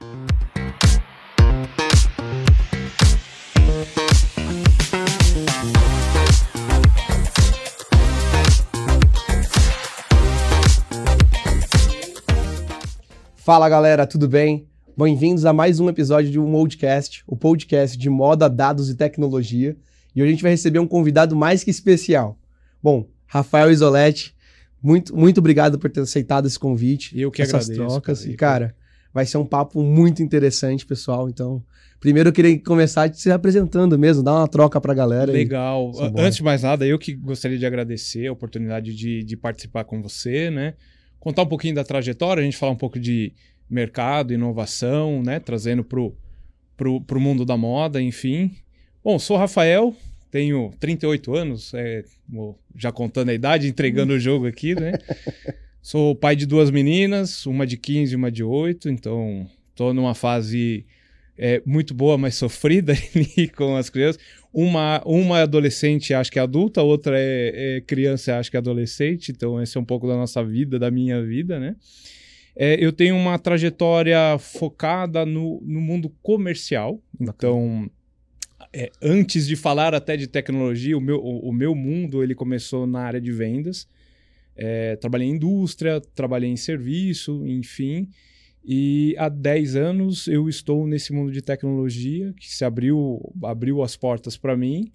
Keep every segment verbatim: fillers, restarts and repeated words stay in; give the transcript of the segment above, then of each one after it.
Fala galera, tudo bem? Bem-vindos a mais um episódio de um Moldcast, o podcast de moda, dados e tecnologia. E hoje a gente vai receber um convidado mais que especial. Bom, Rafael Isoletti, muito, muito obrigado por ter aceitado esse convite. Eu que essas agradeço. trocas. Cara. E cara, vai ser um papo muito interessante, pessoal. Então, primeiro eu queria começar te se apresentando mesmo, dar uma troca pra galera. Legal. E... Antes de mais nada, eu que gostaria de agradecer a oportunidade de, de participar com você, né? Contar um pouquinho da trajetória, a gente falar um pouco de mercado, inovação, né? Trazendo pro, pro, pro mundo da moda, enfim. Bom, sou Rafael, tenho trinta e oito anos, é, já contando a idade, entregando o jogo aqui, né? Sou pai de duas meninas, uma de quinze e uma de oito, então estou numa fase é, muito boa, mas sofrida ali com as crianças. Uma, uma é adolescente, acho que é adulta, a outra é, é criança, acho que é adolescente. Então, esse é um pouco da nossa vida, da minha vida, né? É, eu tenho uma trajetória focada no, no mundo comercial. Então, é, antes de falar até de tecnologia, o meu, o, o meu mundo ele começou na área de vendas. É, trabalhei em indústria, trabalhei em serviço, enfim... E há dez anos eu estou nesse mundo de tecnologia que se abriu, abriu as portas para mim.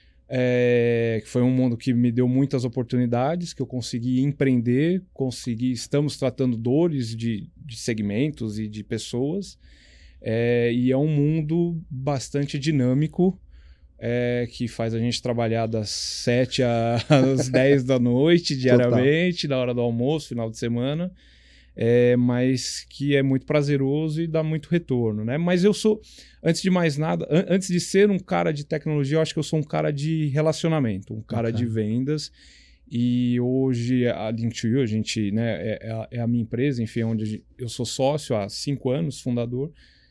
É, foi um mundo que me deu muitas oportunidades, que eu consegui empreender, consegui, estamos tratando dores de, de segmentos e de pessoas. É, e é um mundo bastante dinâmico, é, que faz a gente trabalhar das sete às dez da noite, diariamente, Total. Na hora do almoço, final de semana. É, mas que é muito prazeroso e dá muito retorno, né? Mas eu sou, antes de mais nada, an- antes de ser um cara de tecnologia, eu acho que eu sou um cara de relacionamento, um cara okay. de vendas. E hoje a Link to You, a gente, né, é, é, a, é a minha empresa, enfim, onde eu sou sócio há cinco anos, fundador.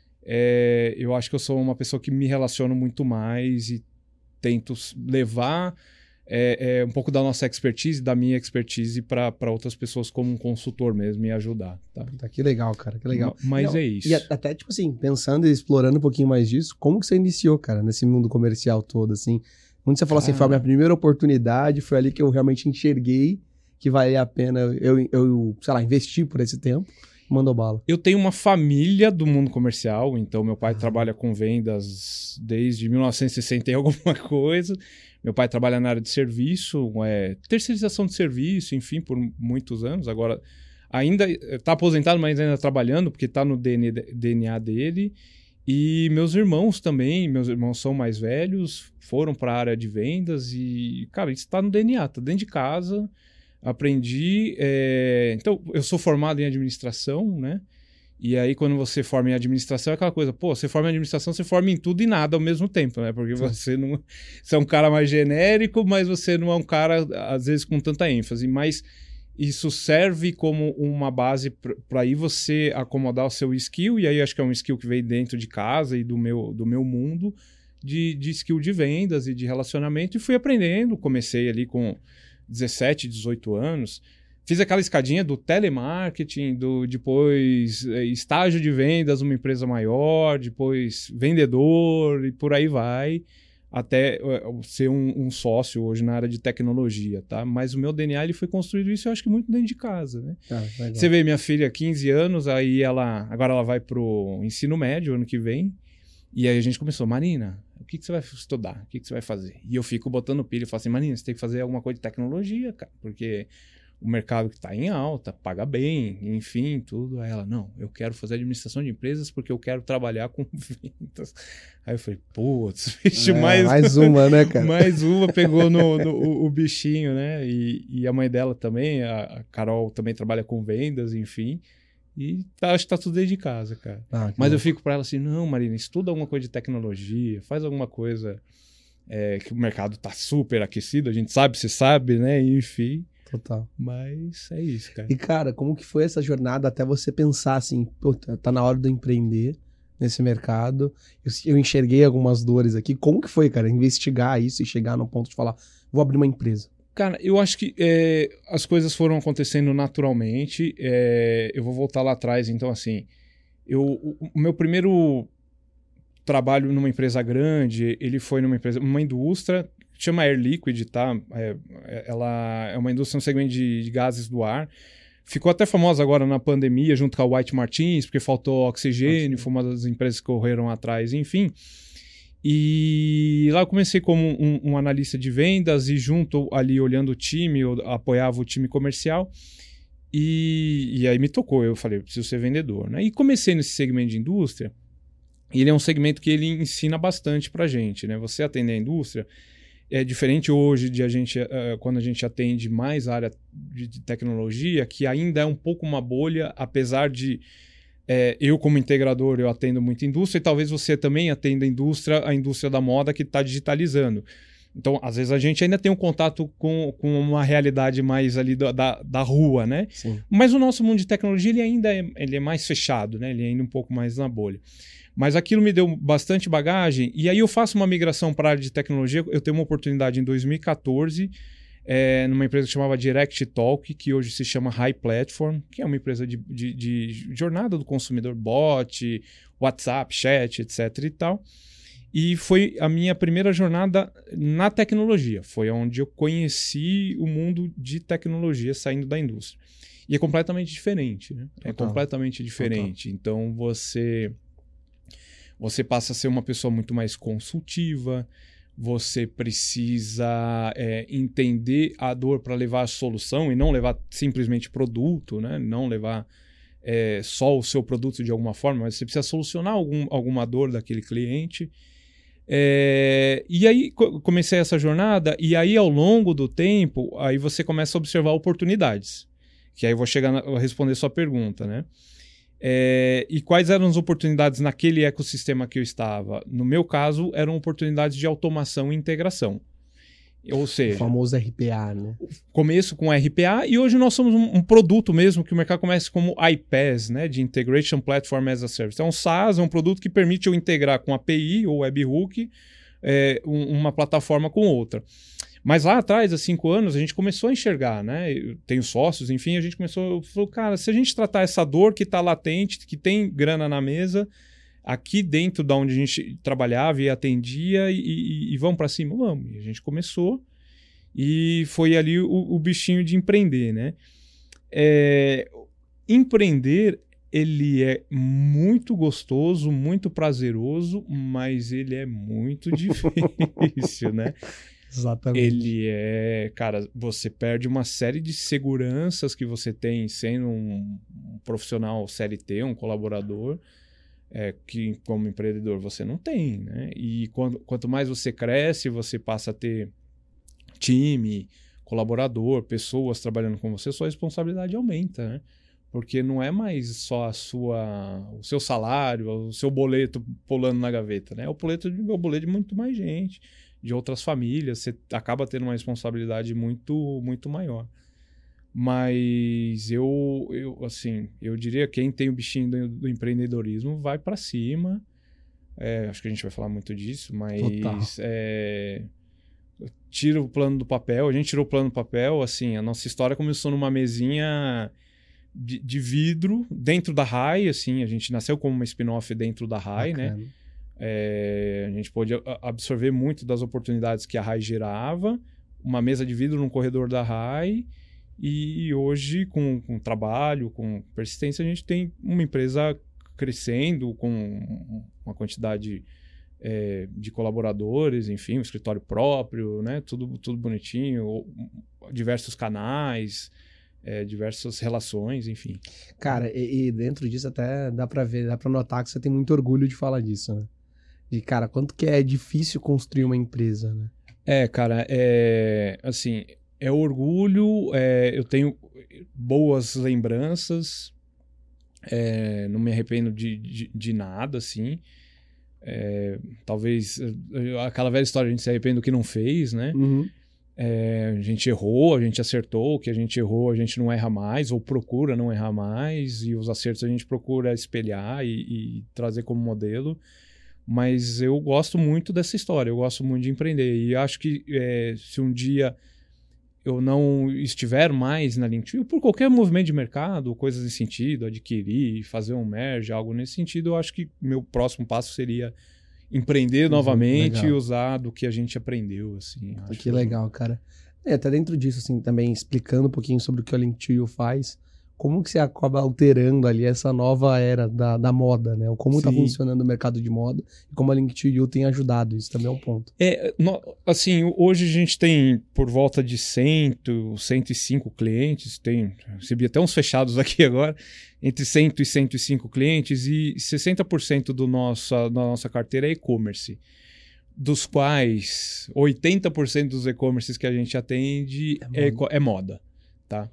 É, eu acho que eu sou uma pessoa que me relaciono muito mais e tento levar É, é um pouco da nossa expertise, da minha expertise para outras pessoas como um consultor mesmo e ajudar. Tá? Tá, que legal, cara, que legal. Mas Não, é isso. E até, tipo assim, pensando e explorando um pouquinho mais disso, como que você iniciou, cara, nesse mundo comercial todo, assim? Quando você falou ah. assim, foi a minha primeira oportunidade, foi ali que eu realmente enxerguei que valia a pena eu, eu sei lá, investir por esse tempo. Mandou bala. Eu tenho uma família do mundo comercial, então meu pai ah. trabalha com vendas desde mil novecentos e sessenta e alguma coisa. Meu pai trabalha na área de serviço, é, terceirização de serviço, enfim, por muitos anos. Agora, ainda está aposentado, mas ainda trabalhando, porque está no D N A dele. E meus irmãos também, meus irmãos são mais velhos, foram para a área de vendas e, cara, isso está no D N A, está dentro de casa. Aprendi... É... Então, eu sou formado em administração, né? E aí, quando você forma em administração, é aquela coisa, pô, você forma em administração, você forma em tudo e nada ao mesmo tempo, né? Porque você não... Você é um cara mais genérico, mas você não é um cara, às vezes, com tanta ênfase. Mas isso serve como uma base para aí você acomodar o seu skill, e aí acho que é um skill que veio dentro de casa e do meu, do meu mundo, de, de skill de vendas e de relacionamento, e fui aprendendo. Comecei ali com dezessete, dezoito anos... Fiz aquela escadinha do telemarketing, do, depois é, estágio de vendas numa empresa maior, depois vendedor e por aí vai, até é, ser um, um sócio hoje na área de tecnologia, tá? Mas o meu D N A ele foi construído isso, eu acho que muito dentro de casa, né? Ah, você vê minha filha, quinze anos, aí ela, agora ela vai pro ensino médio ano que vem, e aí a gente começou, Marina, o que, que você vai estudar? O que, que você vai fazer? E eu fico botando pilha e falo assim, Marina, você tem que fazer alguma coisa de tecnologia, cara, porque... o mercado que está em alta, paga bem, enfim, tudo. Aí ela, não, eu quero fazer administração de empresas porque eu quero trabalhar com vendas. Aí eu falei, putz, bicho, é, mais... mais uma, né, cara? Mais uma, pegou no, no, o, o bichinho, né? E, e a mãe dela também, a, a Carol também trabalha com vendas, enfim. E tá, acho que tá tudo dentro de casa, cara. Ah, Mas louco. Eu fico para ela assim, não, Marina, estuda alguma coisa de tecnologia, faz alguma coisa é, que o mercado tá super aquecido, a gente sabe, você sabe, né? Enfim... Total. Mas é isso, cara. E, cara, como que foi essa jornada até você pensar assim, puta, tá na hora de eu empreender nesse mercado? Eu, eu enxerguei algumas dores aqui. Como que foi, cara, investigar isso e chegar no ponto de falar, vou abrir uma empresa? Cara, eu acho que é, as coisas foram acontecendo naturalmente. É, eu vou voltar lá atrás, então, assim, Eu, o, o meu primeiro trabalho numa empresa grande, ele foi numa empresa, uma indústria, chama Air Liquid, tá? É, ela é uma indústria no segmento de, de gases do ar. Ficou até famosa agora na pandemia, junto com a White Martins, porque faltou oxigênio, foi uma das empresas que correram atrás, enfim. E lá eu comecei como um, um analista de vendas e junto ali olhando o time, eu apoiava o time comercial. E, e aí me tocou, eu falei, eu preciso ser vendedor, né? E comecei nesse segmento de indústria. E ele é um segmento que ele ensina bastante pra gente, né? Você atender a indústria é diferente hoje de a gente, uh, quando a gente atende mais a área de, de tecnologia, que ainda é um pouco uma bolha, apesar de é, eu como integrador eu atendo muita indústria e talvez você também atenda a indústria, a indústria da moda que está digitalizando. Então, às vezes a gente ainda tem um contato com, com uma realidade mais ali da, da, da rua, né? Sim. Mas o nosso mundo de tecnologia ele ainda é, ele é mais fechado, né? Ele é ainda um pouco mais na bolha. Mas aquilo me deu bastante bagagem e aí eu faço uma migração para a área de tecnologia. Eu tenho uma oportunidade em dois mil e quatorze é, numa empresa que chamava Direct Talk, que hoje se chama High Platform, que é uma empresa de, de, de jornada do consumidor, bot, WhatsApp, chat, etc e tal. E foi a minha primeira jornada na tecnologia. Foi onde eu conheci o mundo de tecnologia saindo da indústria. E é completamente diferente, né? É completamente diferente. Total. Então você... Você passa a ser uma pessoa muito mais consultiva, você precisa é, entender a dor para levar a solução e não levar simplesmente produto, né? Não levar é, só o seu produto de alguma forma, mas você precisa solucionar algum, alguma dor daquele cliente. É, e aí comecei essa jornada e aí ao longo do tempo, aí você começa a observar oportunidades, que aí eu vou chegar a responder sua pergunta, né? É, e quais eram as oportunidades naquele ecossistema que eu estava? No meu caso, eram oportunidades de automação e integração. Ou seja... O famoso R P A, né? Começo com R P A e hoje nós somos um, um produto mesmo que o mercado conhece como I P A S, né? De Integration Platform as a Service. Então, o SaaS é um produto que permite eu integrar com A P I ou webhook é, um, uma plataforma com outra. Mas lá atrás, há cinco anos, a gente começou a enxergar, né? Eu tenho sócios, enfim, a gente começou... Falou, cara, se a gente tratar essa dor que está latente, que tem grana na mesa, aqui dentro da onde a gente trabalhava e atendia, e, e, e vamos para cima? Vamos. E a gente começou e foi ali o, o bichinho de empreender, né? É, empreender, ele é muito gostoso, muito prazeroso, mas ele é muito difícil, né? Exatamente. Ele é... Cara, você perde uma série de seguranças que você tem sendo um, um profissional C L T, um colaborador, é, que como empreendedor você não tem, né? E quando, quanto mais você cresce, você passa a ter time, colaborador, pessoas trabalhando com você, sua responsabilidade aumenta, né? Porque não é mais só a sua, o seu salário, o seu boleto pulando na gaveta, né? É o boleto de, o boleto de muito mais gente, de outras famílias, você acaba tendo uma responsabilidade muito, muito maior. Mas eu, eu, assim, eu diria que quem tem o bichinho do, do empreendedorismo vai para cima. É, acho que a gente vai falar muito disso, mas é, tira o plano do papel. A gente tirou o plano do papel, assim, a nossa história começou numa mesinha de, de vidro dentro da Rai, assim, a gente nasceu como uma spin-off dentro da Rai, né? É, a gente pôde absorver muito das oportunidades que a Rai gerava, uma mesa de vidro no corredor da Rai, e hoje, com, com trabalho, com persistência, a gente tem uma empresa crescendo com uma quantidade é, de colaboradores, enfim, um escritório próprio, né? tudo, tudo bonitinho, diversos canais, é, diversas relações, enfim. Cara, e, e dentro disso até dá pra ver, dá pra notar que você tem muito orgulho de falar disso, né? De, cara, quanto que é difícil construir uma empresa, né? É, cara, é... Assim, é orgulho, é, eu tenho boas lembranças, é, não me arrependo de, de, de nada, assim. É, talvez aquela velha história, a gente se arrepende do que não fez, né? Uhum. É, a gente errou, a gente acertou, o que a gente errou a gente não erra mais, ou procura não errar mais, e os acertos a gente procura espelhar e, e trazer como modelo. Mas eu gosto muito dessa história, eu gosto muito de empreender. E acho que é, se um dia eu não estiver mais na Link to You, por qualquer movimento de mercado, coisas nesse sentido, adquirir, fazer um merge, algo nesse sentido, eu acho que meu próximo passo seria empreender uhum, novamente legal. E usar do que a gente aprendeu, assim. Acho que legal, cara. É, até dentro disso, assim, também explicando um pouquinho sobre o que a Link to You faz, como que você acaba alterando ali essa nova era da, da moda, né? Como está funcionando o mercado de moda e como a Link to You tem ajudado, isso também é um ponto. É, no, assim, hoje a gente tem por volta de cem, cento e cinco clientes, tem, recebi até uns fechados aqui agora, entre cem e cento e cinco clientes e sessenta por cento do nossa, da nossa carteira é e-commerce, dos quais oitenta por cento dos e-commerces que a gente atende é, moda. é, é moda, tá?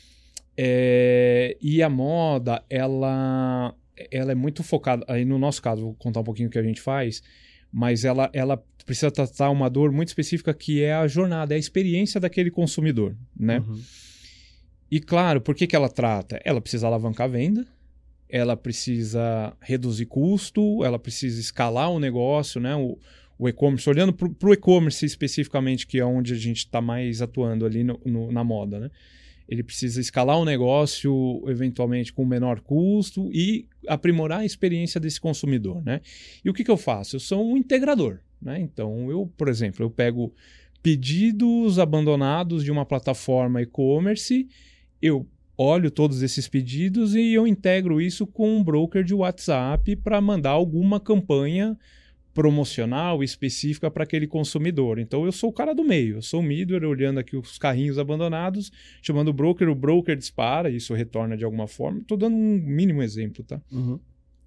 É, e a moda, ela, ela é muito focada, aí no nosso caso, vou contar um pouquinho o que a gente faz, mas ela, ela precisa tratar uma dor muito específica que é a jornada, é a experiência daquele consumidor, né? Uhum. E claro, por que que ela trata? Ela precisa alavancar a venda, ela precisa reduzir custo, ela precisa escalar o negócio, né? O, o e-commerce, olhando para o e-commerce especificamente, que é onde a gente está mais atuando ali no, no, na moda, né? Ele precisa escalar o negócio, eventualmente, com menor custo e aprimorar a experiência desse consumidor, né? E o que, que eu faço? Eu sou um integrador, né? Então, eu, por exemplo, eu pego pedidos abandonados de uma plataforma e-commerce, eu olho todos esses pedidos e eu integro isso com um broker de WhatsApp para mandar alguma campanha promocional específica para aquele consumidor. Então eu sou o cara do meio, eu sou o middleware olhando aqui os carrinhos abandonados, chamando o broker, o broker dispara, isso retorna de alguma forma. Estou dando um mínimo exemplo, tá? Uhum.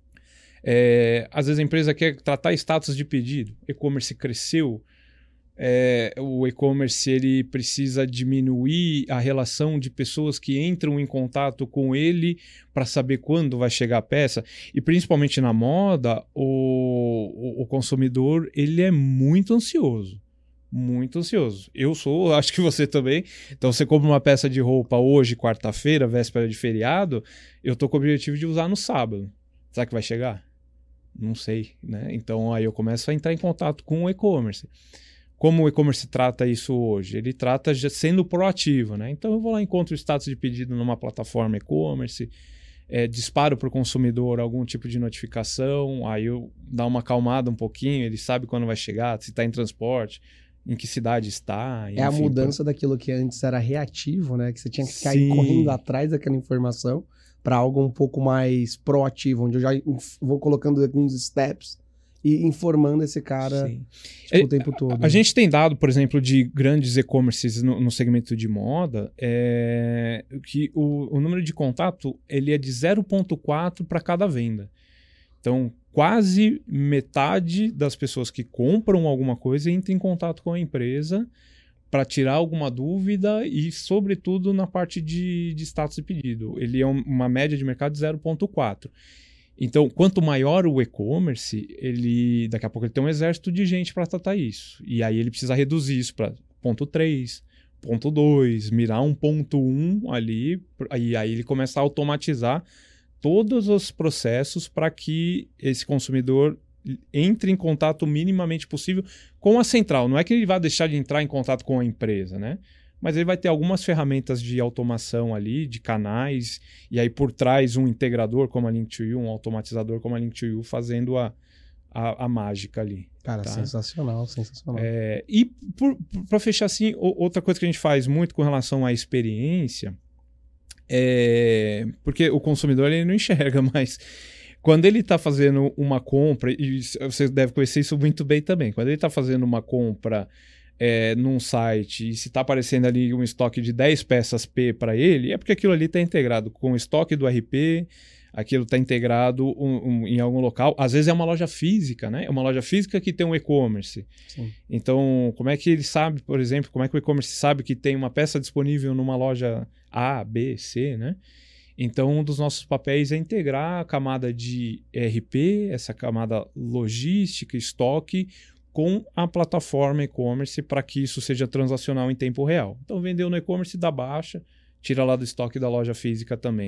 É, às vezes a empresa quer tratar status de pedido, e-commerce cresceu, é, o e-commerce ele precisa diminuir a relação de pessoas que entram em contato com ele para saber quando vai chegar a peça. E principalmente na moda, o, o, o consumidor ele é muito ansioso. Muito ansioso. Eu sou, acho que você também. Então você compra uma peça de roupa hoje, quarta-feira, véspera de feriado, eu tô com o objetivo de usar no sábado. Será que vai chegar? Não sei, né? Então aí eu começo a entrar em contato com o e-commerce. Como o e-commerce trata isso hoje? Ele trata já sendo proativo, né? Então eu vou lá, encontro o status de pedido numa plataforma e-commerce, é, disparo para o consumidor algum tipo de notificação, aí eu dá uma acalmada um pouquinho, ele sabe quando vai chegar, se está em transporte, em que cidade está. É enfim, a mudança pra... daquilo que antes era reativo, né? Que você tinha que ficar Sim. correndo atrás daquela informação para algo um pouco mais proativo, onde eu já vou colocando alguns steps e informando esse cara tipo, o tempo todo. A, a gente tem dado, por exemplo, de grandes e-commerces no, no segmento de moda, é, que o, o número de contato ele é de zero vírgula quatro para cada venda. Então, quase metade das pessoas que compram alguma coisa entra em contato com a empresa para tirar alguma dúvida e, sobretudo, na parte de, de status de pedido. Ele é um, uma média de mercado de zero vírgula quatro. Então, quanto maior o e-commerce, ele daqui a pouco ele tem um exército de gente para tratar isso. E aí ele precisa reduzir isso para ponto três, ponto dois, mirar um ponto um ali, e aí ele começa a automatizar todos os processos para que esse consumidor entre em contato minimamente possível com a central. Não é que ele vai deixar de entrar em contato com a empresa, né? Mas ele vai ter algumas ferramentas de automação ali, de canais, e aí por trás um integrador como a Link to You, um automatizador como a Link to You, fazendo a, a, a mágica ali. Cara, tá? sensacional, sensacional. É, e para fechar assim, outra coisa que a gente faz muito com relação à experiência, é, porque o consumidor ele não enxerga, mas quando ele está fazendo uma compra, e você deve conhecer isso muito bem também, quando ele está fazendo uma compra É, num site e se está aparecendo ali um estoque de dez peças P para ele, é porque aquilo ali está integrado com o estoque do R P, aquilo está integrado um, um, em algum local. Às vezes é uma loja física, né? É uma loja física que tem um e-commerce. Então, como é que ele sabe, por exemplo, como é que o e-commerce sabe que tem uma peça disponível numa loja A, B, C, né? Então, um dos nossos papéis é integrar a camada de R P, essa camada logística, estoque, com a plataforma e-commerce para que isso seja transacional em tempo real. Então, vendeu no e-commerce, dá baixa, tira lá do estoque da loja física também.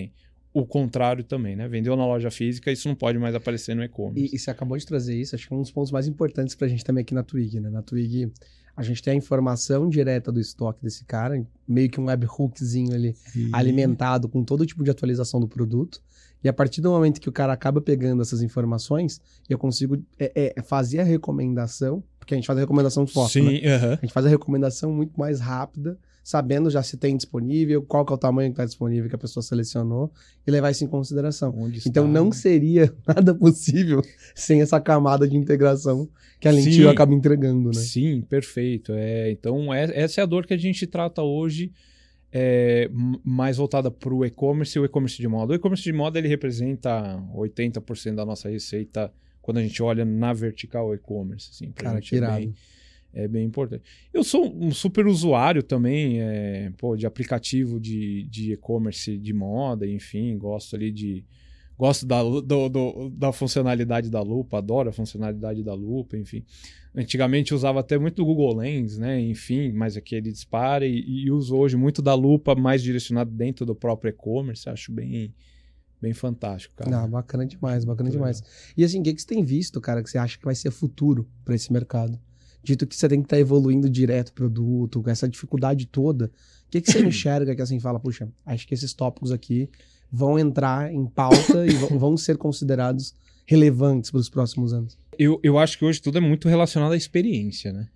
o contrário também, né? Vendeu na loja física, isso não pode mais aparecer no e-commerce. E, e você acabou de trazer isso, acho que é um dos pontos mais importantes pra gente também aqui na Twig, né? Na Twig, a gente tem a informação direta do estoque desse cara, meio que um webhookzinho ali, e... alimentado com todo tipo de atualização do produto. E a partir do momento que o cara acaba pegando essas informações, eu consigo é, é, fazer a recomendação, porque a gente faz a recomendação de foto, Sim, né? uh-huh. A gente faz a recomendação muito mais rápida, sabendo já se tem disponível, qual que é o tamanho que está disponível que a pessoa selecionou, e levar isso em consideração. Onde então está? não seria nada possível sem essa camada de integração que a Lentil acaba entregando, né? Sim, perfeito. É, então é, essa é a dor que a gente trata hoje, é, mais voltada para o e-commerce e o e-commerce de moda. O e-commerce de moda ele representa oitenta por cento da nossa receita quando a gente olha na vertical e-commerce. Assim, Cara, que irado. É bem, é bem importante. Eu sou um super usuário também é, pô, de aplicativo de, de e-commerce de moda, enfim, gosto ali de... Gosto da, do, do, da funcionalidade da lupa, adoro a funcionalidade da lupa, enfim. Antigamente usava até muito o Google Lens, né? Enfim, mas aqui ele dispara e, e uso hoje muito da lupa mais direcionado dentro do próprio e-commerce. Acho bem, bem fantástico, cara. Ah, bacana demais, bacana demais. E assim, o que, que você tem visto, cara, que você acha que vai ser futuro para esse mercado? Dito que você tem que estar tá evoluindo direto o produto, com essa dificuldade toda, o que, que você enxerga que assim fala, puxa, acho que esses tópicos aqui vão entrar em pauta e vão, vão ser considerados relevantes para os próximos anos? Eu, eu acho que hoje tudo é muito relacionado à experiência, né?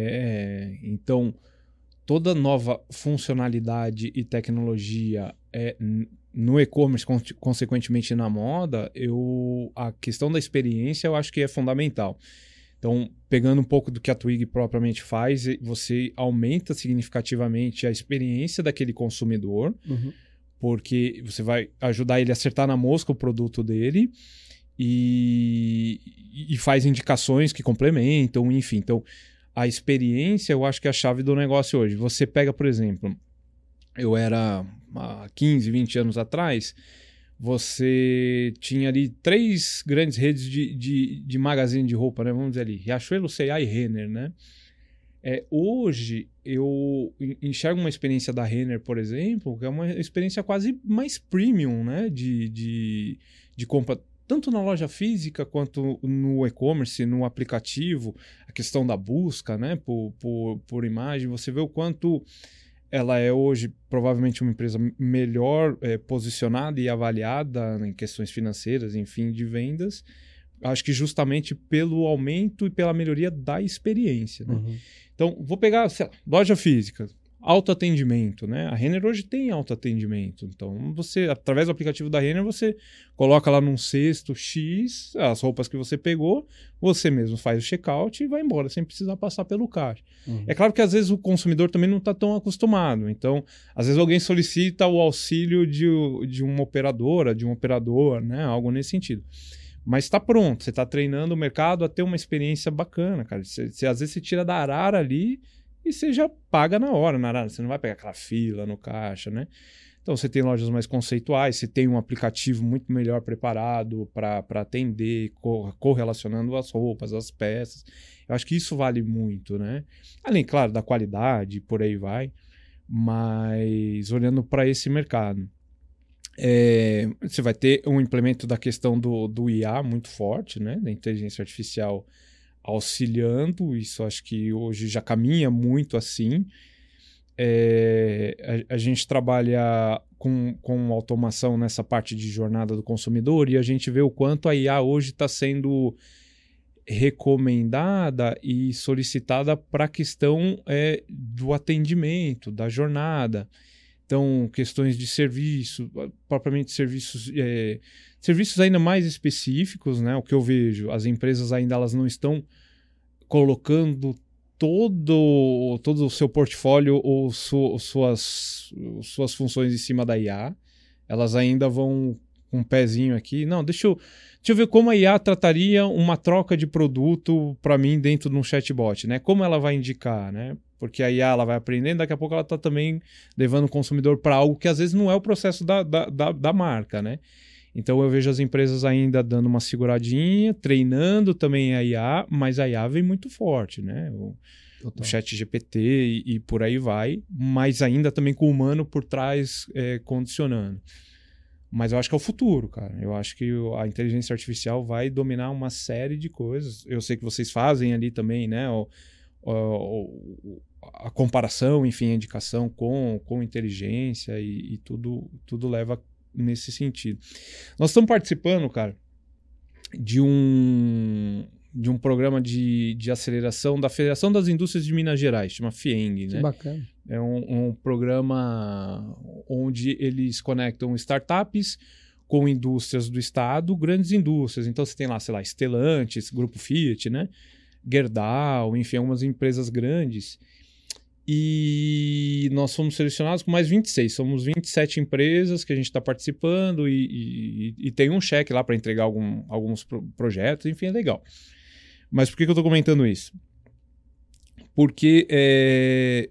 É, é, então, toda nova funcionalidade e tecnologia é, no e-commerce, con consequentemente na moda, eu, a questão da experiência eu acho que é fundamental. Então, pegando um pouco do que a Twig propriamente faz, você aumenta significativamente a experiência daquele consumidor, uhum. porque você vai ajudar ele a acertar na mosca o produto dele e, e faz indicações que complementam, enfim. Então, a experiência eu acho que é a chave do negócio hoje. Você pega, por exemplo, eu era há quinze, vinte anos atrás, você tinha ali três grandes redes de, de, de magazine de roupa, né? Vamos dizer ali, Riachuelo, C e A e Renner, né? É, hoje eu enxergo uma experiência da Renner, por exemplo, que é uma experiência quase mais premium, né? De, de, de compra, tanto na loja física quanto no e-commerce, no aplicativo, a questão da busca, né? Por, por, por imagem, você vê o quanto ela é hoje provavelmente uma empresa melhor é, posicionada e avaliada em questões financeiras, enfim, de vendas. Acho que justamente pelo aumento e pela melhoria da experiência, né? Uhum. Então, vou pegar, sei lá, loja física, autoatendimento, né? A Renner hoje tem autoatendimento. Então, você, através do aplicativo da Renner, você coloca lá num cesto X as roupas que você pegou, você mesmo faz o checkout e vai embora, sem precisar passar pelo caixa. Uhum. É claro que às vezes o consumidor também não está tão acostumado. Então, às vezes alguém solicita o auxílio de, de uma operadora, de um operador, né? Algo nesse sentido. Mas está pronto, você está treinando o mercado a ter uma experiência bacana, cara. Você, você, às vezes você tira da arara ali e você já paga na hora na arara. Você não vai pegar aquela fila no caixa, né? Então você tem lojas mais conceituais, você tem um aplicativo muito melhor preparado para atender, correlacionando as roupas, as peças. Eu acho que isso vale muito, né? Além, claro, da qualidade, por aí vai. Mas olhando para esse mercado. É, você vai ter um implemento da questão do, do I A muito forte, né? Da inteligência artificial auxiliando, isso acho que hoje já caminha muito assim. É, a, a gente trabalha com, com automação nessa parte de jornada do consumidor e a gente vê o quanto a I A hoje está sendo recomendada e solicitada para a questão é, do atendimento, da jornada. Então, questões de serviço, propriamente serviços, é, serviços ainda mais específicos, né? O que eu vejo, as empresas ainda elas não estão colocando todo, todo o seu portfólio ou su, suas, suas funções em cima da I A. Elas ainda vão com um pezinho aqui. Não, deixa eu, deixa eu ver como a I A trataria uma troca de produto para mim dentro de um chatbot, né? Como ela vai indicar, né? Porque a I A ela vai aprendendo, daqui a pouco ela está também levando o consumidor para algo que às vezes não é o processo da, da, da, da marca, né? Então eu vejo as empresas ainda dando uma seguradinha, treinando também a I A, mas a I A vem muito forte, né? O, o chat G P T e, e por aí vai, mas ainda também com o humano por trás é, condicionando. Mas eu acho que é o futuro, cara. Eu acho que a inteligência artificial vai dominar uma série de coisas. Eu sei que vocês fazem ali também, né? O, o, a comparação, enfim, a indicação com, com inteligência e, e tudo, tudo leva nesse sentido. Nós estamos participando, cara, de um, de um programa de, de aceleração da Federação das Indústrias de Minas Gerais, chama FIENG, né? Que bacana. É um, um programa onde eles conectam startups com indústrias do estado, grandes indústrias. Então você tem lá, sei lá, Stellantis, Grupo Fiat, né? Gerdau, enfim, algumas empresas grandes. E nós fomos selecionados com mais vinte e seis. Somos vinte e sete empresas que a gente está participando e, e, e tem um cheque lá para entregar algum, alguns pro, projetos, enfim, é legal. Mas por que, que eu estou comentando isso? Porque é,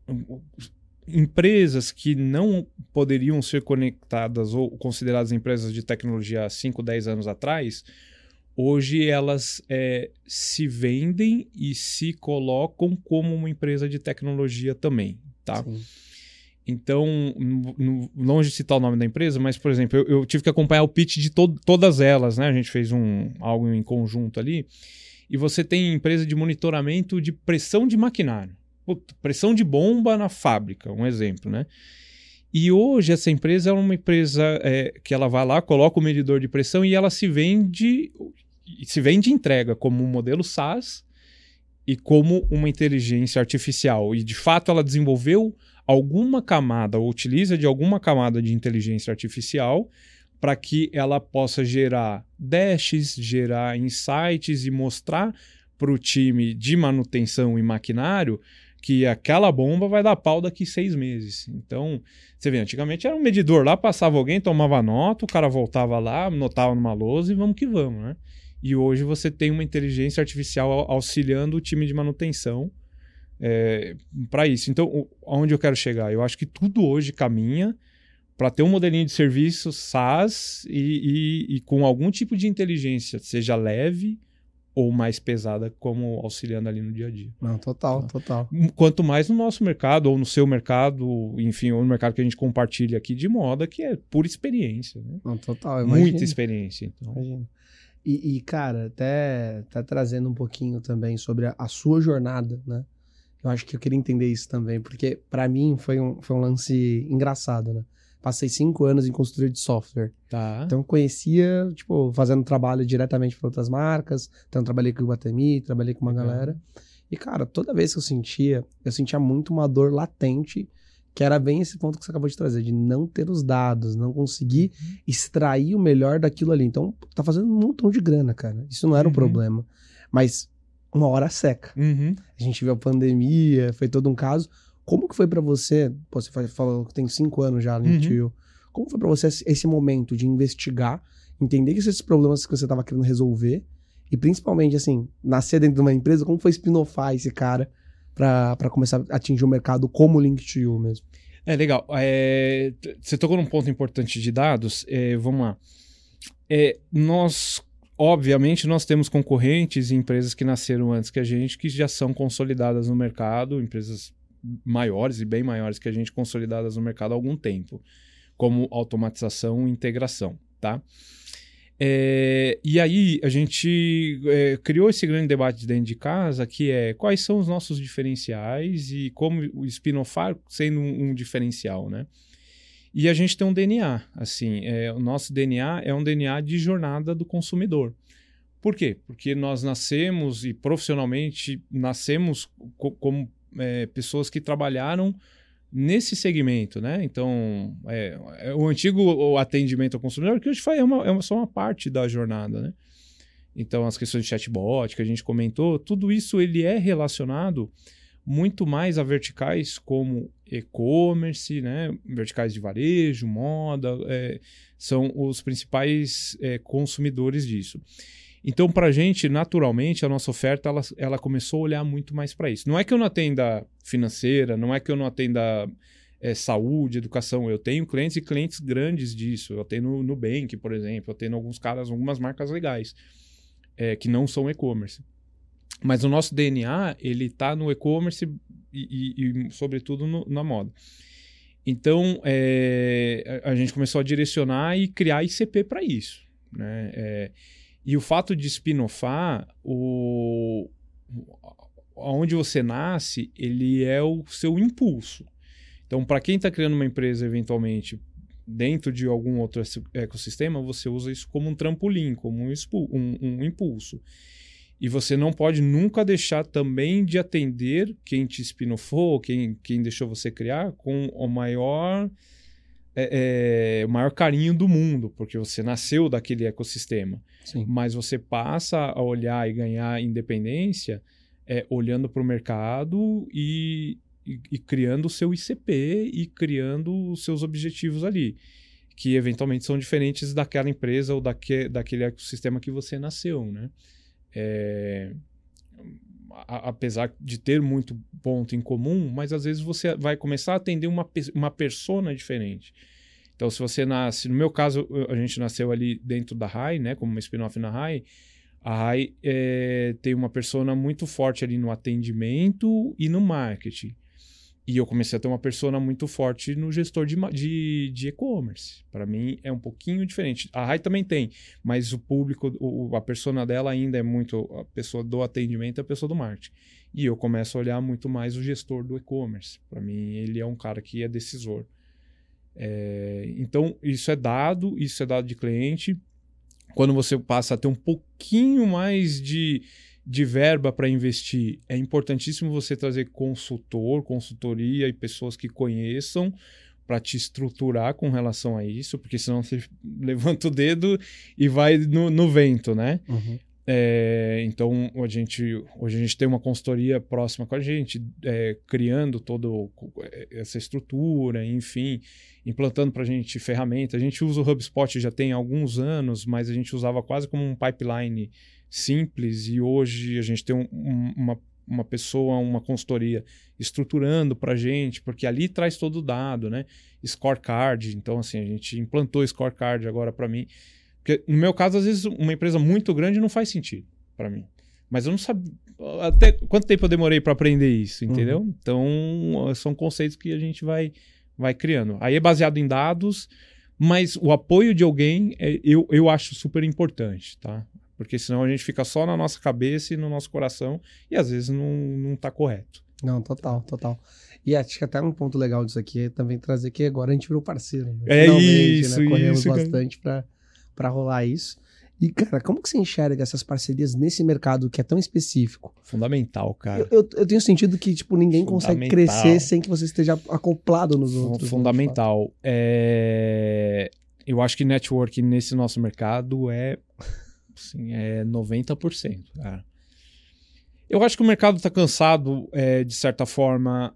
empresas que não poderiam ser conectadas ou consideradas empresas de tecnologia há cinco, dez anos atrás, hoje elas é, se vendem e se colocam como uma empresa de tecnologia também, tá? Sim. Então, no, no, longe de citar o nome da empresa, mas, por exemplo, eu, eu tive que acompanhar o pitch de to todas elas, né? A gente fez um, algo em conjunto ali. E você tem empresa de monitoramento de pressão de maquinário. Puta, pressão de bomba na fábrica, um exemplo, né? E hoje essa empresa é uma empresa é, que ela vai lá, coloca o medidor de pressão e ela se vende, se vende e entrega como um modelo SaaS e como uma inteligência artificial. E de fato ela desenvolveu alguma camada, ou utiliza de alguma camada de inteligência artificial para que ela possa gerar dashes, gerar insights e mostrar para o time de manutenção e maquinário que aquela bomba vai dar pau daqui seis meses. Então, você vê, antigamente era um medidor lá, passava alguém, tomava nota, o cara voltava lá, notava numa lousa e vamos que vamos, né? E hoje você tem uma inteligência artificial auxiliando o time de manutenção é, para isso. Então, aonde eu quero chegar? Eu acho que tudo hoje caminha para ter um modelinho de serviço SaaS e, e, e com algum tipo de inteligência, seja leve ou mais pesada, como auxiliando ali no dia a dia. Não, total, total. Quanto mais no nosso mercado, ou no seu mercado, enfim, ou no mercado que a gente compartilha aqui de moda, que é pura experiência, né? Não, total, imagino. Muita experiência, então. Imagino. E, e, cara, até, até trazendo um pouquinho também sobre a, a sua jornada, né? Eu acho que eu queria entender isso também, porque para mim foi um, foi um lance engraçado, né? Passei cinco anos em consultoria de software. Tá. Então, conhecia, tipo, fazendo trabalho diretamente para outras marcas. Então, trabalhei com o Iguatemi, trabalhei com uma Legal. galera. E, cara, toda vez que eu sentia, eu sentia muito uma dor latente, que era bem esse ponto que você acabou de trazer, de não ter os dados, não conseguir uhum. extrair o melhor daquilo ali. Então, tá fazendo um montão de grana, cara. Isso não era um uhum. problema. Mas, uma hora seca. Uhum. A gente viu a pandemia, foi todo um caso. Como que foi pra você, pô, você falou que tem cinco anos já no uhum. Tio, como foi pra você esse momento de investigar, entender que esses problemas que você tava querendo resolver, e principalmente, assim, nascer dentro de uma empresa, como foi spin-offar esse cara pra, pra começar a atingir o mercado como o Link-to-You mesmo? É, legal. É, você tocou num ponto importante de dados, é, vamos lá. É, nós, obviamente, nós temos concorrentes e empresas que nasceram antes que a gente, que já são consolidadas no mercado, empresas maiores e bem maiores que a gente, consolidadas no mercado há algum tempo, como automatização e integração, tá? É, e aí a gente é, criou esse grande debate dentro de casa, que é quais são os nossos diferenciais e como o spin-offar sendo um, um diferencial, né? E a gente tem um D N A, assim, é, o nosso D N A é um D N A de jornada do consumidor. Por quê? Porque nós nascemos e profissionalmente nascemos co como É, pessoas que trabalharam nesse segmento, né? Então, é, é o antigo o atendimento ao consumidor, que hoje é, uma, é uma, só uma parte da jornada, né? Então, as questões de chatbot que a gente comentou, tudo isso ele é relacionado muito mais a verticais como e-commerce, né? Verticais de varejo, moda, é, são os principais é, consumidores disso. Então, para a gente, naturalmente, a nossa oferta ela, ela começou a olhar muito mais para isso. Não é que eu não atenda financeira, não é que eu não atenda é, saúde, educação. Eu tenho clientes e clientes grandes disso. Eu tenho no Nubank, por exemplo. Eu tenho alguns caras, algumas marcas legais é, que não são e-commerce. Mas o nosso D N A, ele está no e-commerce e, e, e, sobretudo, no, na moda. Então, é, a, a gente começou a direcionar e criar I C P para isso, né? É, e o fato de spin-offar, o, onde você nasce, ele é o seu impulso. Então, para quem está criando uma empresa, eventualmente, dentro de algum outro ecossistema, você usa isso como um trampolim, como um, um, um impulso. E você não pode nunca deixar também de atender quem te spin-offou, quem, quem deixou você criar, com o maior, é, é, o maior carinho do mundo, porque você nasceu daquele ecossistema. Sim. Mas você passa a olhar e ganhar independência é, olhando para o mercado e... E, e criando o seu I C P e criando os seus objetivos ali, que eventualmente são diferentes daquela empresa ou daque, daquele ecossistema que você nasceu, né? É, a, apesar de ter muito ponto em comum, mas às vezes você vai começar a atender uma, uma persona diferente. Então, se você nasce... No meu caso, a gente nasceu ali dentro da Rai, né? Como uma spin-off na Rai. A Rai é, tem uma persona muito forte ali no atendimento e no marketing. E eu comecei a ter uma persona muito forte no gestor de, de, de e-commerce. Para mim é um pouquinho diferente. A Rai também tem, mas o público, o, a persona dela ainda é muito a pessoa do atendimento e a pessoa do marketing. E eu começo a olhar muito mais o gestor do e-commerce. Para mim, ele é um cara que é decisor. É, então, isso é dado, isso é dado de cliente. Quando você passa a ter um pouquinho mais de... de verba para investir, é importantíssimo você trazer consultor, consultoria e pessoas que conheçam para te estruturar com relação a isso, porque senão você levanta o dedo e vai no, no vento, né? Uhum. É, então, a gente, hoje a gente tem uma consultoria próxima com a gente, é, criando toda essa estrutura, enfim, implantando para a gente ferramenta. A gente usa o HubSpot já tem alguns anos, mas a gente usava quase como um pipeline simples, e hoje a gente tem um, um, uma, uma pessoa, uma consultoria estruturando para a gente, porque ali traz todo o dado, né? Scorecard, então assim, a gente implantou scorecard agora para mim, porque no meu caso, às vezes uma empresa muito grande não faz sentido para mim, mas eu não sabia até quanto tempo eu demorei para aprender isso, entendeu? Uhum. Então são conceitos que a gente vai, vai criando, aí é baseado em dados, mas o apoio de alguém é, eu, eu acho super importante, tá? Porque senão a gente fica só na nossa cabeça e no nosso coração e às vezes não, não tá correto. Não, total, total. E acho que até um ponto legal disso aqui é também trazer que agora a gente virou parceiro. Né? É Finalmente, isso, né? Corremos isso, bastante para para rolar isso. E, cara, como que você enxerga essas parcerias nesse mercado que é tão específico? Fundamental, cara. Eu, eu, eu tenho sentido que, tipo, ninguém consegue crescer sem que você esteja acoplado nos outros. Fundamental. Né, é... Eu acho que networking nesse nosso mercado é... Assim, é noventa por cento, cara. Eu acho que o mercado está cansado, é, de certa forma,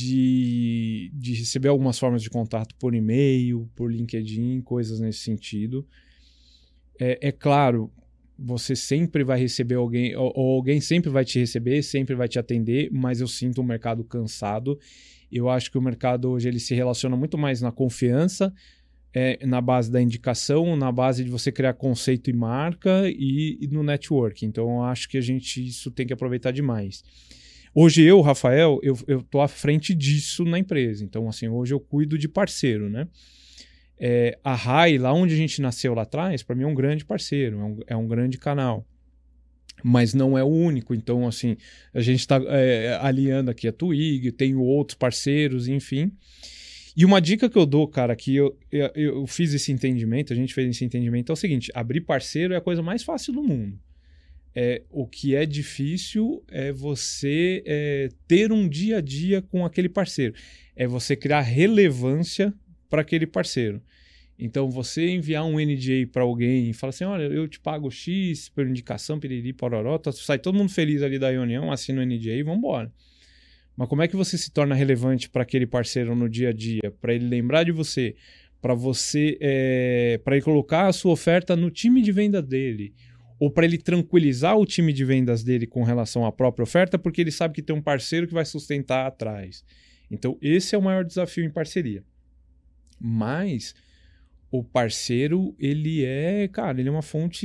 de, de receber algumas formas de contato por e-mail, por LinkedIn, coisas nesse sentido. É, é claro, você sempre vai receber alguém, ou, ou alguém sempre vai te receber, sempre vai te atender, mas eu sinto o mercado cansado. Eu acho que o mercado hoje ele se relaciona muito mais na confiança, É, na base da indicação, na base de você criar conceito e marca e, e no network. Então, eu acho que a gente isso tem que aproveitar demais. Hoje eu, Rafael, eu, eu tô à frente disso na empresa. Então, assim, hoje eu cuido de parceiro, né? É, a Rai, lá onde a gente nasceu lá atrás, para mim é um grande parceiro, é um, é um grande canal. Mas não é o único. Então, assim, a gente está é, aliando aqui a Twig, tenho outros parceiros, enfim... E uma dica que eu dou, cara, que eu, eu, eu fiz esse entendimento, a gente fez esse entendimento, é o seguinte: abrir parceiro é a coisa mais fácil do mundo. É, o que é difícil é você é, ter um dia a dia com aquele parceiro. É você criar relevância para aquele parceiro. Então, você enviar um N D A para alguém e falar assim, olha, eu te pago X por indicação, piriri, pororó, tá, sai todo mundo feliz ali da reunião, assina o N D A e vamos embora. Mas como é que você se torna relevante para aquele parceiro no dia a dia? Para ele lembrar de você, para você, é, para ele colocar a sua oferta no time de venda dele, ou para ele tranquilizar o time de vendas dele com relação à própria oferta, porque ele sabe que tem um parceiro que vai sustentar atrás. Então, esse é o maior desafio em parceria. Mas o parceiro, ele é, cara, ele é uma fonte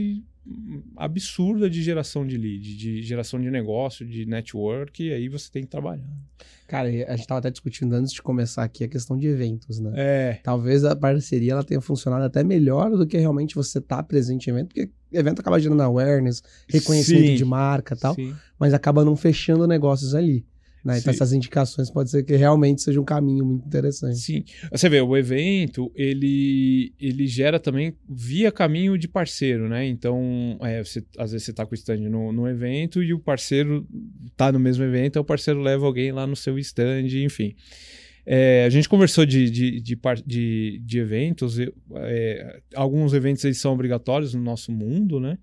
absurda de geração de lead, de geração de negócio, de network, e aí você tem que trabalhar. Cara, a gente estava até discutindo antes de começar aqui a questão de eventos, né? É. Talvez a parceria ela tenha funcionado até melhor do que realmente você estar tá presente em evento, porque evento acaba gerando awareness, reconhecimento Sim. de marca e tal, Sim. mas acaba não fechando negócios ali. Né? Então essas indicações pode ser que realmente seja um caminho muito interessante. Sim. Você vê, o evento, ele, ele gera também via caminho de parceiro, né? Então, é, você, às vezes você está com o stand no, no evento e o parceiro está no mesmo evento, aí o parceiro leva alguém lá no seu stand, enfim. É, a gente conversou de, de, de, de, de eventos, é, alguns eventos eles são obrigatórios no nosso mundo, né?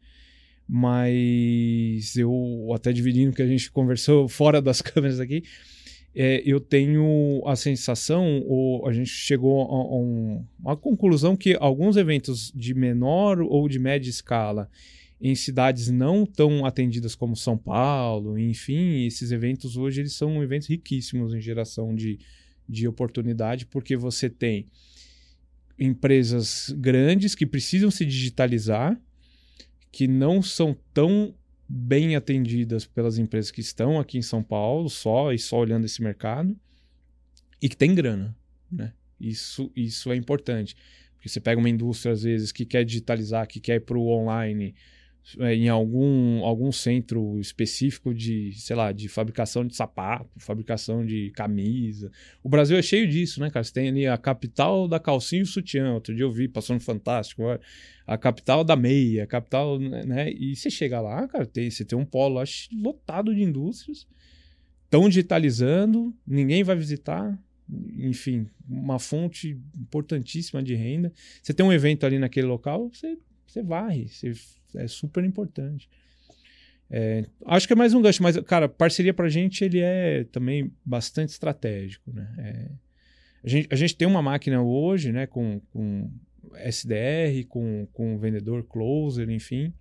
Mas eu, até dividindo o que a gente conversou fora das câmeras aqui, é, eu tenho a sensação, ou a gente chegou a, a um, uma conclusão que alguns eventos de menor ou de média escala em cidades não tão atendidas como São Paulo, enfim, esses eventos hoje eles são eventos riquíssimos em geração de, de oportunidade, porque você tem empresas grandes que precisam se digitalizar, que não são tão bem atendidas pelas empresas que estão aqui em São Paulo, só e só olhando esse mercado, e que tem grana, né? Isso, isso é importante. Porque você pega uma indústria, às vezes, que quer digitalizar, que quer ir para o online, é, em algum, algum centro específico de, sei lá, de fabricação de sapato, fabricação de camisa. O Brasil é cheio disso, né, cara? Você tem ali a capital da calcinha e sutiã. Outro dia eu vi, passou no Fantástico, a capital da meia, a capital, né? E você chega lá, cara, tem, você tem um polo lá lotado de indústrias, estão digitalizando, ninguém vai visitar, enfim, uma fonte importantíssima de renda. Você tem um evento ali naquele local, você, você varre, você, é super importante. É, acho que é mais um gancho, mas, cara, parceria pra gente, ele é também bastante estratégico, né? É, a, gente, a gente tem uma máquina hoje, né, com... com S D R, com, com vendedor closer, enfim,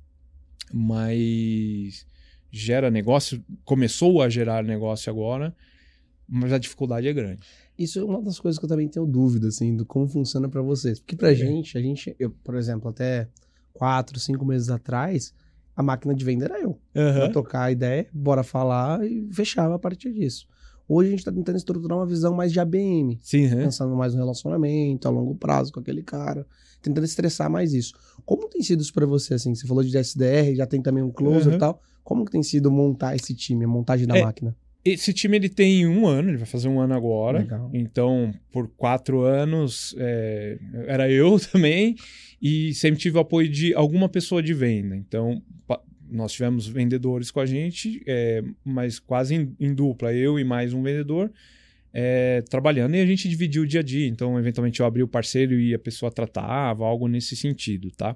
mas gera negócio, começou a gerar negócio agora, mas a dificuldade é grande. Isso é uma das coisas que eu também tenho dúvida, assim, do como funciona para vocês. Porque pra é. gente, a gente, eu, por exemplo, até quatro, cinco meses atrás, a máquina de venda era eu. Uhum. Pra tocar a ideia, bora falar e fechava a partir disso. Hoje a gente está tentando estruturar uma visão mais de A B M. Sim, uhum. Pensando mais no relacionamento, a longo prazo com aquele cara. Tentando estressar mais isso. Como tem sido isso para você, assim? Você falou de S D R, já tem também um closer uhum. e tal. Como que tem sido montar esse time, a montagem da é, máquina? Esse time ele tem um ano, ele vai fazer um ano agora. Legal. Então, por quatro anos, é, era eu também. E sempre tive o apoio de alguma pessoa de venda. Então... Nós tivemos vendedores com a gente, é, mas quase em, em dupla, eu e mais um vendedor, é, trabalhando, e a gente dividiu o dia a dia. Então, eventualmente, eu abri o parceiro e a pessoa tratava, algo nesse sentido, tá?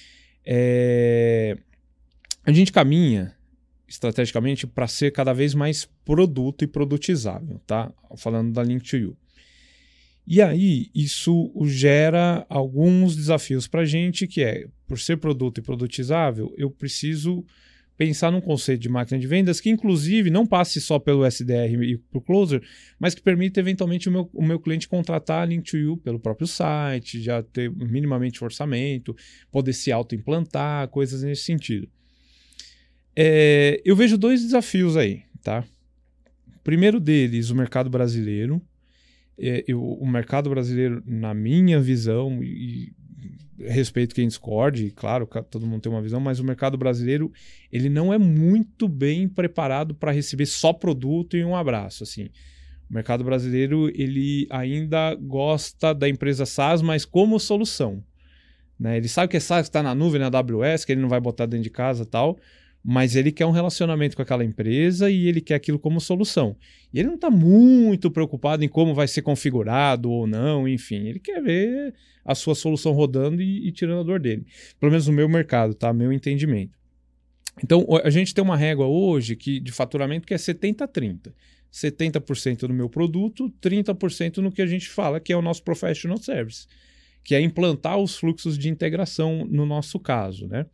É, a gente caminha, estrategicamente, para ser cada vez mais produto e produtizável, tá? Falando da Link to You. E aí, isso gera alguns desafios para a gente, que é, por ser produto e produtizável, eu preciso pensar num conceito de máquina de vendas que, inclusive, não passe só pelo S D R e para o Closer, mas que permita, eventualmente, o meu, o meu cliente contratar a Link to You pelo próprio site, já ter minimamente orçamento, poder se auto-implantar, coisas nesse sentido. É, eu vejo dois desafios aí, tá? O primeiro deles, o mercado brasileiro. É, eu, o mercado brasileiro, na minha visão, e, e respeito quem discorde, claro, todo mundo tem uma visão, mas o mercado brasileiro ele não é muito bem preparado para receber só produto e um abraço. Assim. O mercado brasileiro ele ainda gosta da empresa SaaS, mas como solução. Né? Ele sabe que é SaaS que está na nuvem, na A W S, que ele não vai botar dentro de casa e tal, mas ele quer um relacionamento com aquela empresa e ele quer aquilo como solução. E ele não está muito preocupado em como vai ser configurado ou não, enfim. Ele quer ver a sua solução rodando e, e tirando a dor dele. Pelo menos no meu mercado, tá? Meu entendimento. Então, a gente tem uma régua hoje que, de faturamento que é setenta a trinta. setenta por cento no meu produto, trinta por cento no que a gente fala, que é o nosso professional service, que é implantar os fluxos de integração no nosso caso, né?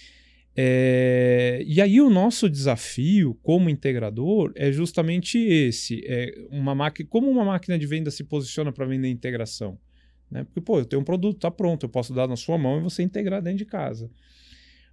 É, e aí o nosso desafio como integrador é justamente esse, é uma máquina, como uma máquina de venda se posiciona para vender integração, né? Porque, pô, eu tenho um produto, tá pronto, eu posso dar na sua mão e você integrar dentro de casa.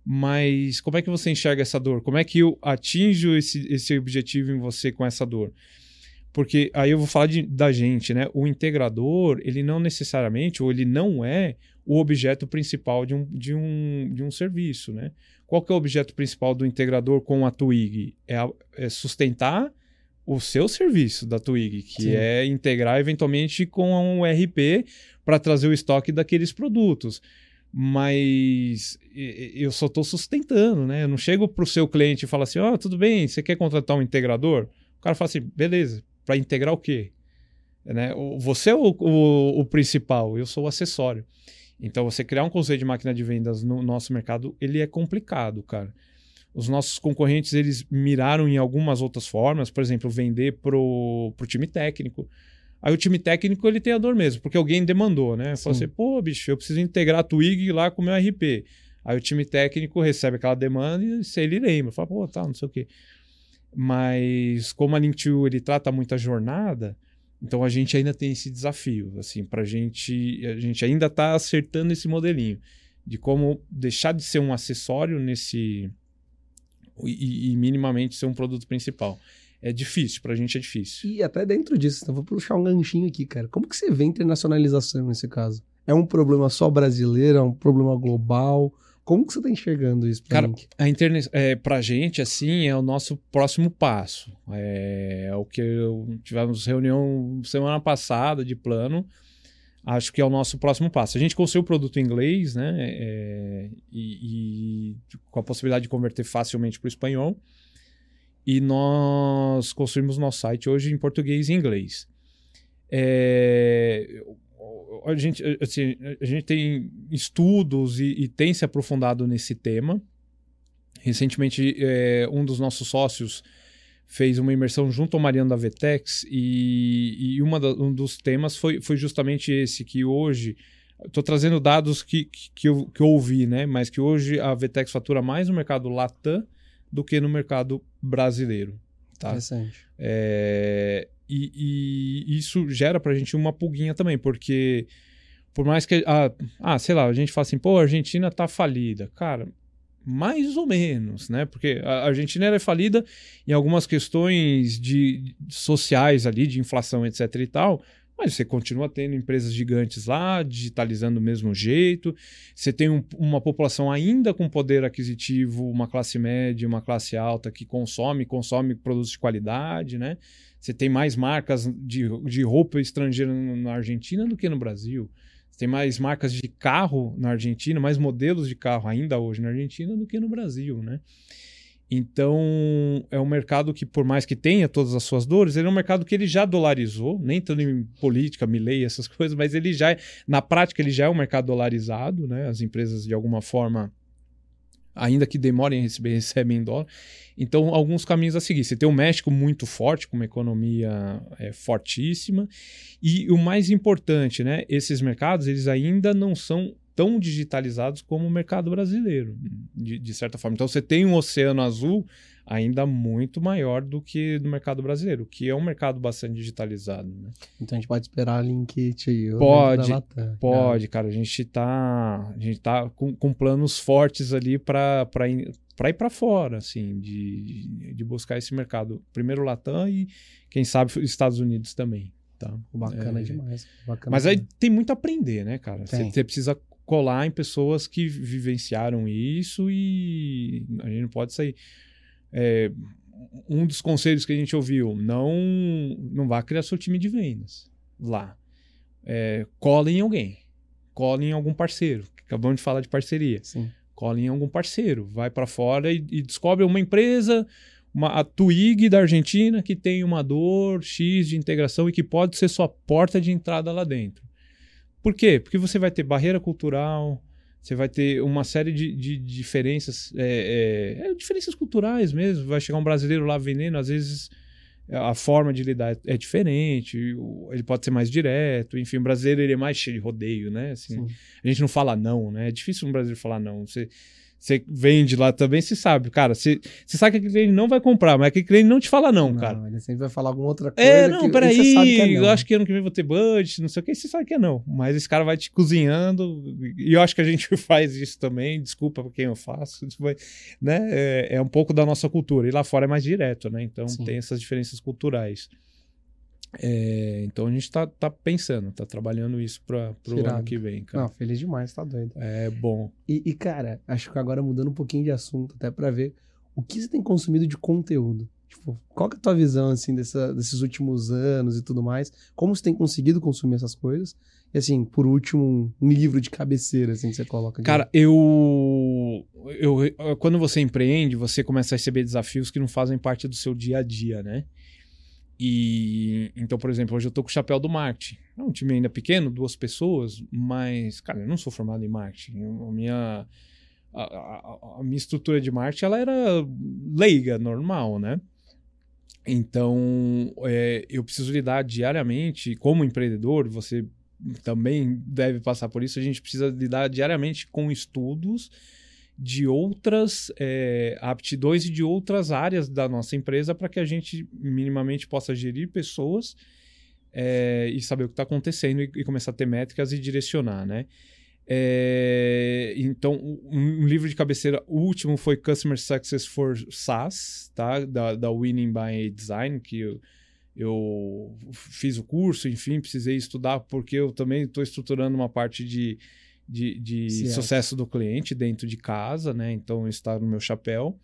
Mas como é que você enxerga essa dor? Como é que eu atinjo esse, esse objetivo em você com essa dor? Porque aí eu vou falar de, da gente, né? O integrador, ele não necessariamente, ou ele não é o objeto principal de um, de um, de um serviço, né? Qual que é o objeto principal do integrador com a Twig? É, a, é sustentar o seu serviço da Twig, que Sim. é integrar eventualmente com um E R P para trazer o estoque daqueles produtos. Mas eu só estou sustentando, né? Eu não chego para o seu cliente e falo assim, ó, oh, tudo bem, você quer contratar um integrador? O cara fala assim, beleza, para integrar o quê? Né? Você é o, o, o principal, eu sou o acessório. Então, você criar um conceito de máquina de vendas no nosso mercado, ele é complicado, cara. Os nossos concorrentes, eles miraram em algumas outras formas, por exemplo, vender pro, pro time técnico. Aí o time técnico, ele tem a dor mesmo, porque alguém demandou, né? Falou assim, pô, bicho, eu preciso integrar a Twig lá com o meu E R P. Aí o time técnico recebe aquela demanda e se ele lembra, fala, pô, tá, não sei o quê. Mas como a Link to ele trata muita jornada, então a gente ainda tem esse desafio, assim, pra gente, a gente ainda tá acertando esse modelinho de como deixar de ser um acessório nesse e, e minimamente ser um produto principal. É difícil, pra gente é difícil. E até dentro disso, então vou puxar um ganchinho aqui, cara. Como que você vê internacionalização nesse caso? É um problema só brasileiro? É um problema global? Como que você tá enxergando isso? Pra Cara, a internet, é, pra gente, assim, é o nosso próximo passo. É, é o que eu, tivemos reunião semana passada de plano. Acho que é o nosso próximo passo. A gente construiu o produto em inglês, né? É, e, e com a possibilidade de converter facilmente para o espanhol. E nós construímos nosso site hoje em português e inglês. É, a, gente, assim, a gente tem estudos e, e tem se aprofundado nesse tema. Recentemente, é, um dos nossos sócios fez uma imersão junto ao Mariano da Vetex e, e uma da, um dos temas foi, foi justamente esse, que hoje... Estou trazendo dados que, que, que, eu, que eu ouvi, né? Mas que hoje a Vetex fatura mais no mercado Latam do que no mercado brasileiro. Tá? Interessante. É, e, e isso gera pra gente uma pulguinha também, porque por mais que... Ah, ah, sei lá, a gente fala assim, pô, a Argentina tá falida. Cara, mais ou menos, né? Porque a Argentina era falida em algumas questões de, de sociais ali, de inflação, etc e tal... Mas você continua tendo empresas gigantes lá, digitalizando do mesmo jeito. Você tem um, uma população ainda com poder aquisitivo, uma classe média, uma classe alta que consome, consome produtos de qualidade, né? Você tem mais marcas de, de roupa estrangeira na Argentina do que no Brasil. Você tem mais marcas de carro na Argentina, mais modelos de carro ainda hoje na Argentina do que no Brasil, né? Então, é um mercado que, por mais que tenha todas as suas dores, ele é um mercado que ele já dolarizou, nem tanto em política, Milei, essas coisas, mas ele já, é, na prática, ele já é um mercado dolarizado, né? As empresas, de alguma forma, ainda que demorem a receber, recebem em dólar. Então, alguns caminhos a seguir. Você tem o México muito forte, com uma economia é, fortíssima, e o mais importante, né? Esses mercados, eles ainda não são tão digitalizados como o mercado brasileiro, de, de certa forma. Então, você tem um oceano azul ainda muito maior do que no mercado brasileiro, que é um mercado bastante digitalizado. Né? Então, a gente pode esperar a Linkit aí. Pode, pode, cara. A gente está a gente tá com, com planos fortes ali para ir para fora, assim, de, de buscar esse mercado. Primeiro o Latam e, quem sabe, os Estados Unidos também. Tá? Bacana é, demais. Bacana mas demais. aí tem muito a aprender, né, cara? Você precisa colar em pessoas que vivenciaram isso e a gente não pode sair. É, um dos conselhos que a gente ouviu, não, não vá criar seu time de vendas lá. É, cola em alguém. Cola em algum parceiro. Acabamos de falar de parceria. Sim. Cola em algum parceiro. Vai para fora e, e descobre uma empresa, uma, a Twig da Argentina, que tem uma dor X de integração e que pode ser sua porta de entrada lá dentro. Por quê? Porque você vai ter barreira cultural, você vai ter uma série de, de diferenças, é, é, é, diferenças culturais mesmo. Vai chegar um brasileiro lá vendendo, às vezes a forma de lidar é diferente, ele pode ser mais direto, enfim, o brasileiro ele é mais cheio de rodeio, né? Assim, a gente não fala não, né? É difícil um brasileiro falar não. Você, você vende lá também, você sabe, cara, você, você sabe que aquele cliente não vai comprar, mas aquele cliente não te fala não, não, cara. Ele sempre vai falar alguma outra coisa. É, não, que peraí, você sabe que é não. eu acho que ano que vem vou ter budget, não sei o que, você sabe que é não. Mas esse cara vai te cozinhando, e eu acho que a gente faz isso também, desculpa pra quem eu faço, né? É, é um pouco da nossa cultura, e lá fora é mais direto, né? Então Sim. tem essas diferenças culturais. É, então a gente tá, tá pensando, tá trabalhando isso para o ano que vem, cara. Não, feliz demais, tá doido. É bom. E, e, cara, acho que agora mudando um pouquinho de assunto, até para ver o que você tem consumido de conteúdo. Tipo, qual que é a tua visão, assim, dessa, desses últimos anos e tudo mais? Como você tem conseguido consumir essas coisas? E, assim, por último, um livro de cabeceira, assim, que você coloca aqui. Cara, eu, eu... Quando você empreende, você começa a receber desafios que não fazem parte do seu dia a dia, né? E então, por exemplo, hoje eu tô com o chapéu do marketing. É um time ainda pequeno, duas pessoas, mas, cara, eu não sou formado em marketing. A minha, a, a, a minha estrutura de marketing, ela era leiga, normal, né? Então, é, eu preciso lidar diariamente, como empreendedor, você também deve passar por isso, a gente precisa lidar diariamente com estudos de outras é, aptidões e de outras áreas da nossa empresa para que a gente minimamente possa gerir pessoas é, e saber o que está acontecendo e, e começar a ter métricas e direcionar, né? É, então, um, um livro de cabeceira último foi Customer Success for SaaS, tá? da, da Winning by Design, que eu, eu fiz o curso, enfim, precisei estudar porque eu também estou estruturando uma parte de de, de sucesso do cliente dentro de casa, né? Então, está no meu chapéu.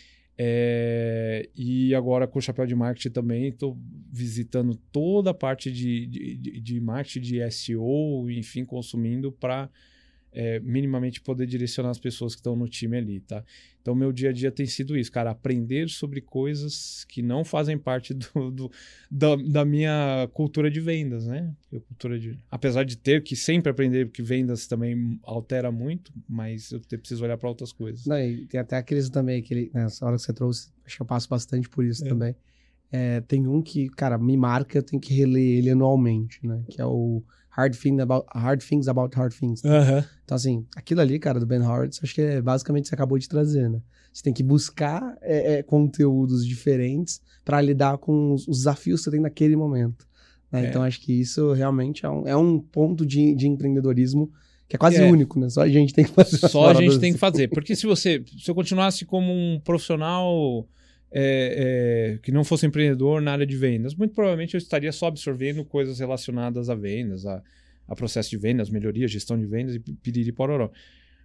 É, e agora, com o chapéu de marketing também, estou visitando toda a parte de, de, de marketing, de S E O, enfim, consumindo para é, minimamente poder direcionar as pessoas que estão no time ali, tá? Então, meu dia a dia tem sido isso, cara, aprender sobre coisas que não fazem parte do, do, da, da minha cultura de vendas, né? Eu, cultura de, apesar de ter que sempre aprender, porque vendas também altera muito, mas eu te, preciso olhar para outras coisas. Não, e tem até aqueles também, aquele, nessa hora que você trouxe, acho que eu passo bastante por isso é. também. É, tem um que, cara, me marca, eu tenho que reler ele anualmente, né? Que é o Hard, Thing about, Hard Things About Hard Things. Né? Uhum. Então, assim, aquilo ali, cara, do Ben Horowitz, acho que é basicamente você acabou de trazer, né? Você tem que buscar é, é, conteúdos diferentes para lidar com os, os desafios que você tem naquele momento. Né? É. Então, acho que isso realmente é um, é um ponto de, de empreendedorismo que é quase é. único, né? Só a gente tem que fazer. Só a gente tem que fazer. Porque se você, se eu continuasse como um profissional... É, é, que não fosse empreendedor na área de vendas, muito provavelmente eu estaria só absorvendo coisas relacionadas a vendas, a, a processo de vendas, melhoria, gestão de vendas e piriri pororó.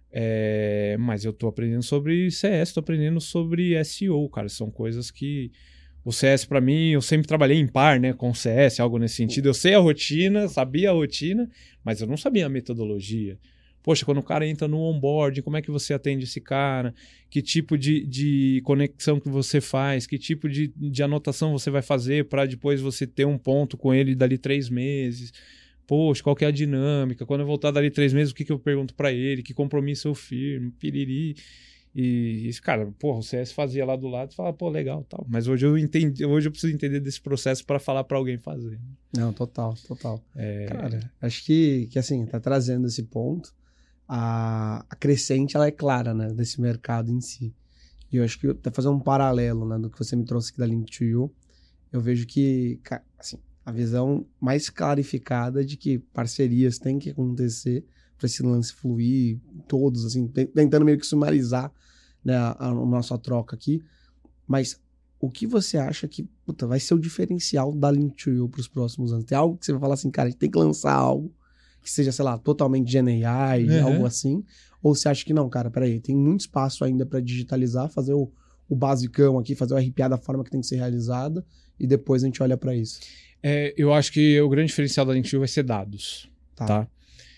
É, mas eu estou aprendendo sobre C S, estou aprendendo sobre S E O, cara. São coisas que o C S para mim, eu sempre trabalhei em par, né, com C S, algo nesse sentido. Eu sei a rotina, sabia a rotina, mas eu não sabia a metodologia. Poxa, quando o cara entra no onboarding, como é que você atende esse cara? Que tipo de, de conexão que você faz? Que tipo de, de anotação você vai fazer para depois você ter um ponto com ele dali três meses? Poxa, qual que é a dinâmica? Quando eu voltar dali três meses, o que, que eu pergunto para ele? Que compromisso eu firmo? Piriri. E esse cara, porra, o C S fazia lá do lado e falava, pô, legal, tal. Mas hoje eu entendi, hoje eu preciso entender desse processo para falar para alguém fazer. Não, total, total. É... Cara, acho que, que assim, tá trazendo esse ponto. A, a crescente, ela é clara, né, desse mercado em si. E eu acho que, até fazer um paralelo, né, do que você me trouxe aqui da Link to You, eu vejo que, assim, a visão mais clarificada de que parcerias têm que acontecer para esse lance fluir, todos, assim, tentando meio que sumarizar, né, a, a, a nossa troca aqui. Mas o que você acha que, puta, vai ser o diferencial da Link to You para os próximos anos? Tem algo que você vai falar assim, cara, a gente tem que lançar algo que seja, sei lá, totalmente Gen A I, uhum. algo assim? Ou você acha que não, cara, peraí, tem muito espaço ainda para digitalizar, fazer o, o basicão aqui, fazer o R P A da forma que tem que ser realizada e depois a gente olha para isso? É, eu acho que o grande diferencial da Link to You vai ser dados, tá? tá?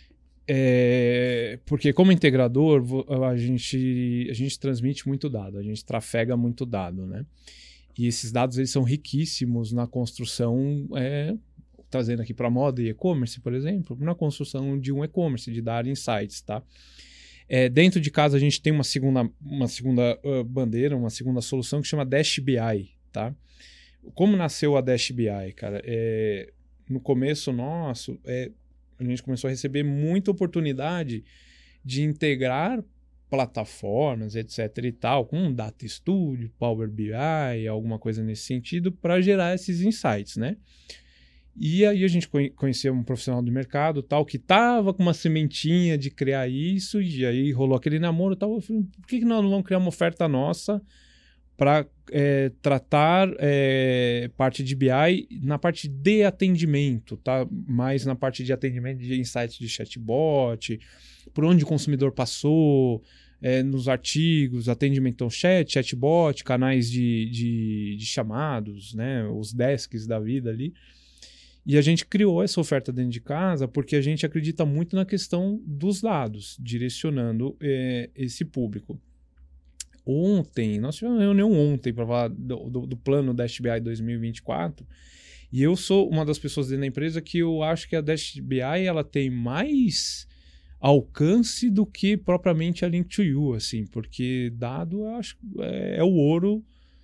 É, porque como integrador, a gente, a gente transmite muito dado, a gente trafega muito dado, né? E esses dados, eles são riquíssimos na construção... É, trazendo aqui para moda e e-commerce, por exemplo, na construção de um e-commerce, de dar insights, tá? É, dentro de casa a gente tem uma segunda, uma segunda uh, bandeira, uma segunda solução que chama Dash B I, tá? Como nasceu a Dash B I, cara? É, no começo nosso, é, a gente começou a receber muita oportunidade de integrar plataformas, etc e tal, com Data Studio, Power B I, alguma coisa nesse sentido, para gerar esses insights, né? E aí a gente conheceu um profissional do mercado, tal, que estava com uma sementinha de criar isso, e aí rolou aquele namoro, tal. Eu falei, por que nós não vamos criar uma oferta nossa para é, tratar é, parte de B I na parte de atendimento, tá? Mais na parte de atendimento de insights de chatbot, por onde o consumidor passou, é, nos artigos, atendimento ao chat, chatbot, canais de, de, de chamados, né? Os desks da vida ali. E a gente criou essa oferta dentro de casa porque a gente acredita muito na questão dos dados, direcionando é, esse público. Ontem, nós tivemos uma reunião ontem para falar do, do, do plano Dash B I dois mil e vinte e quatro, e eu sou uma das pessoas dentro da empresa que eu acho que a Dash B I ela tem mais alcance do que propriamente a Link to You, assim, porque dado eu acho, é, é o ouro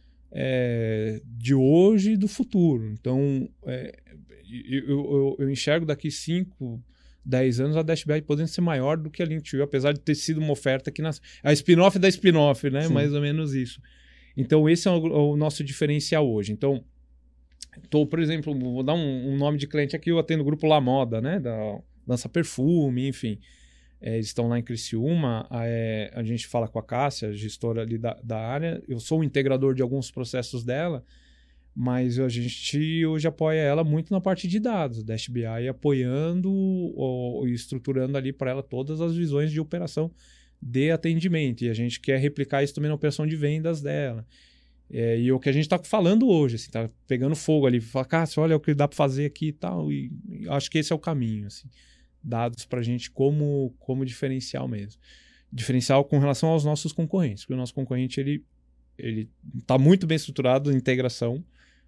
é, de hoje e do futuro. Então, é, eu, eu, eu enxergo daqui cinco, dez anos a Dash B I podendo ser maior do que a Link to You, apesar de ter sido uma oferta que nasceu. A spin-off da spin-off, né? Sim. Mais ou menos isso. Então, esse é o, o nosso diferencial hoje. Então, tô, por exemplo, vou dar um, um nome de cliente aqui, eu atendo o grupo La Moda, né? Da Lança Perfume, enfim. É, eles estão lá em Criciúma, é, a gente fala com a Cássia, gestora ali da, da área. Eu sou o integrador de alguns processos dela, mas a gente hoje apoia ela muito na parte de dados, Dash B I apoiando e estruturando ali para ela todas as visões de operação de atendimento. E a gente quer replicar isso também na operação de vendas dela. É, e o que a gente está falando hoje, assim, tá pegando fogo ali, fala, Cássio, olha o que dá para fazer aqui e tal. E acho que esse é o caminho, assim, dados para a gente como, como diferencial mesmo. Diferencial com relação aos nossos concorrentes, porque o nosso concorrente ele ele está muito bem estruturado em integração,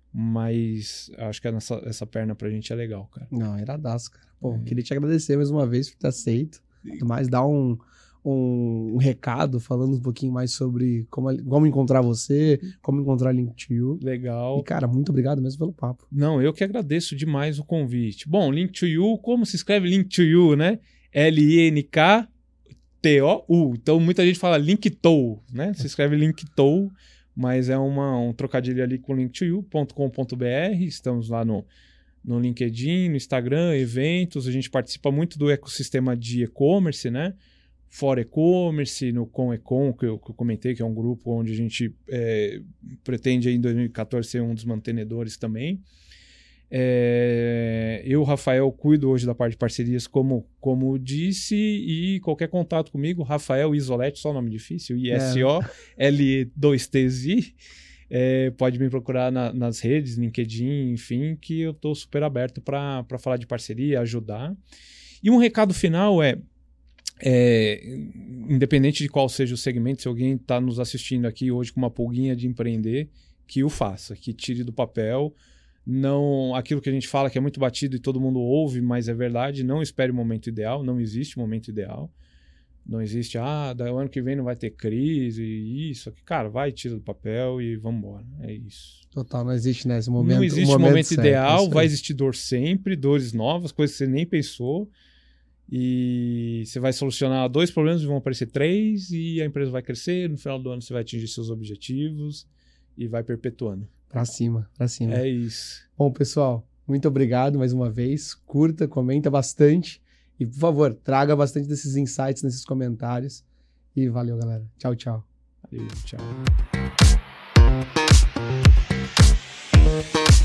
mas acho que essa, essa perna pra gente é legal, cara. Não, iradaço, cara. Pô, é. Queria te agradecer mais uma vez por ter aceito. Mas dar um, um, um recado falando um pouquinho mais sobre como, como encontrar você, como encontrar Link to You. Legal. E, cara, muito obrigado mesmo pelo papo. Não, eu que agradeço demais o convite. Bom, Link to You, como se escreve Link to You, né? L I N K T O U. Então, muita gente fala Linktou, né? Se escreve Linktou, mas é uma, um trocadilho ali com link to you ponto com ponto b r. Estamos lá no, no LinkedIn, no Instagram, eventos. A gente participa muito do ecossistema de e-commerce, né? For E-commerce, no Com Econ, que eu, que eu comentei, que é um grupo onde a gente é, pretende aí, em dois mil e quatorze ser um dos mantenedores também. É, eu, Rafael, cuido hoje da parte de parcerias, como, como disse, e qualquer contato comigo, Rafael Isoletti, só nome difícil, I S O L E dois T Z, é, pode me procurar na, nas redes, LinkedIn, enfim, que eu estou super aberto para falar de parceria, ajudar. E um recado final é, é, independente de qual seja o segmento, se alguém está nos assistindo aqui hoje com uma pulguinha de empreender, que o faça, que tire do papel. Não, aquilo que a gente fala que é muito batido e todo mundo ouve, mas é verdade, não espere o momento ideal, não existe momento ideal. Não existe, ah, daí o ano que vem não vai ter crise, isso aqui. Cara, vai, tira do papel e vamos embora. É isso. Total, não existe, né, esse momento. Não existe momento, momento certo, ideal, vai existir dor sempre, dores novas, coisas que você nem pensou. E você vai solucionar dois problemas, vão aparecer três, e a empresa vai crescer, no final do ano você vai atingir seus objetivos e vai perpetuando. Pra cima, pra cima. É isso. Bom, pessoal, muito obrigado mais uma vez. Curta, comenta bastante. E, por favor, traga bastante desses insights nesses comentários. E valeu, galera. Tchau, tchau. Valeu, tchau.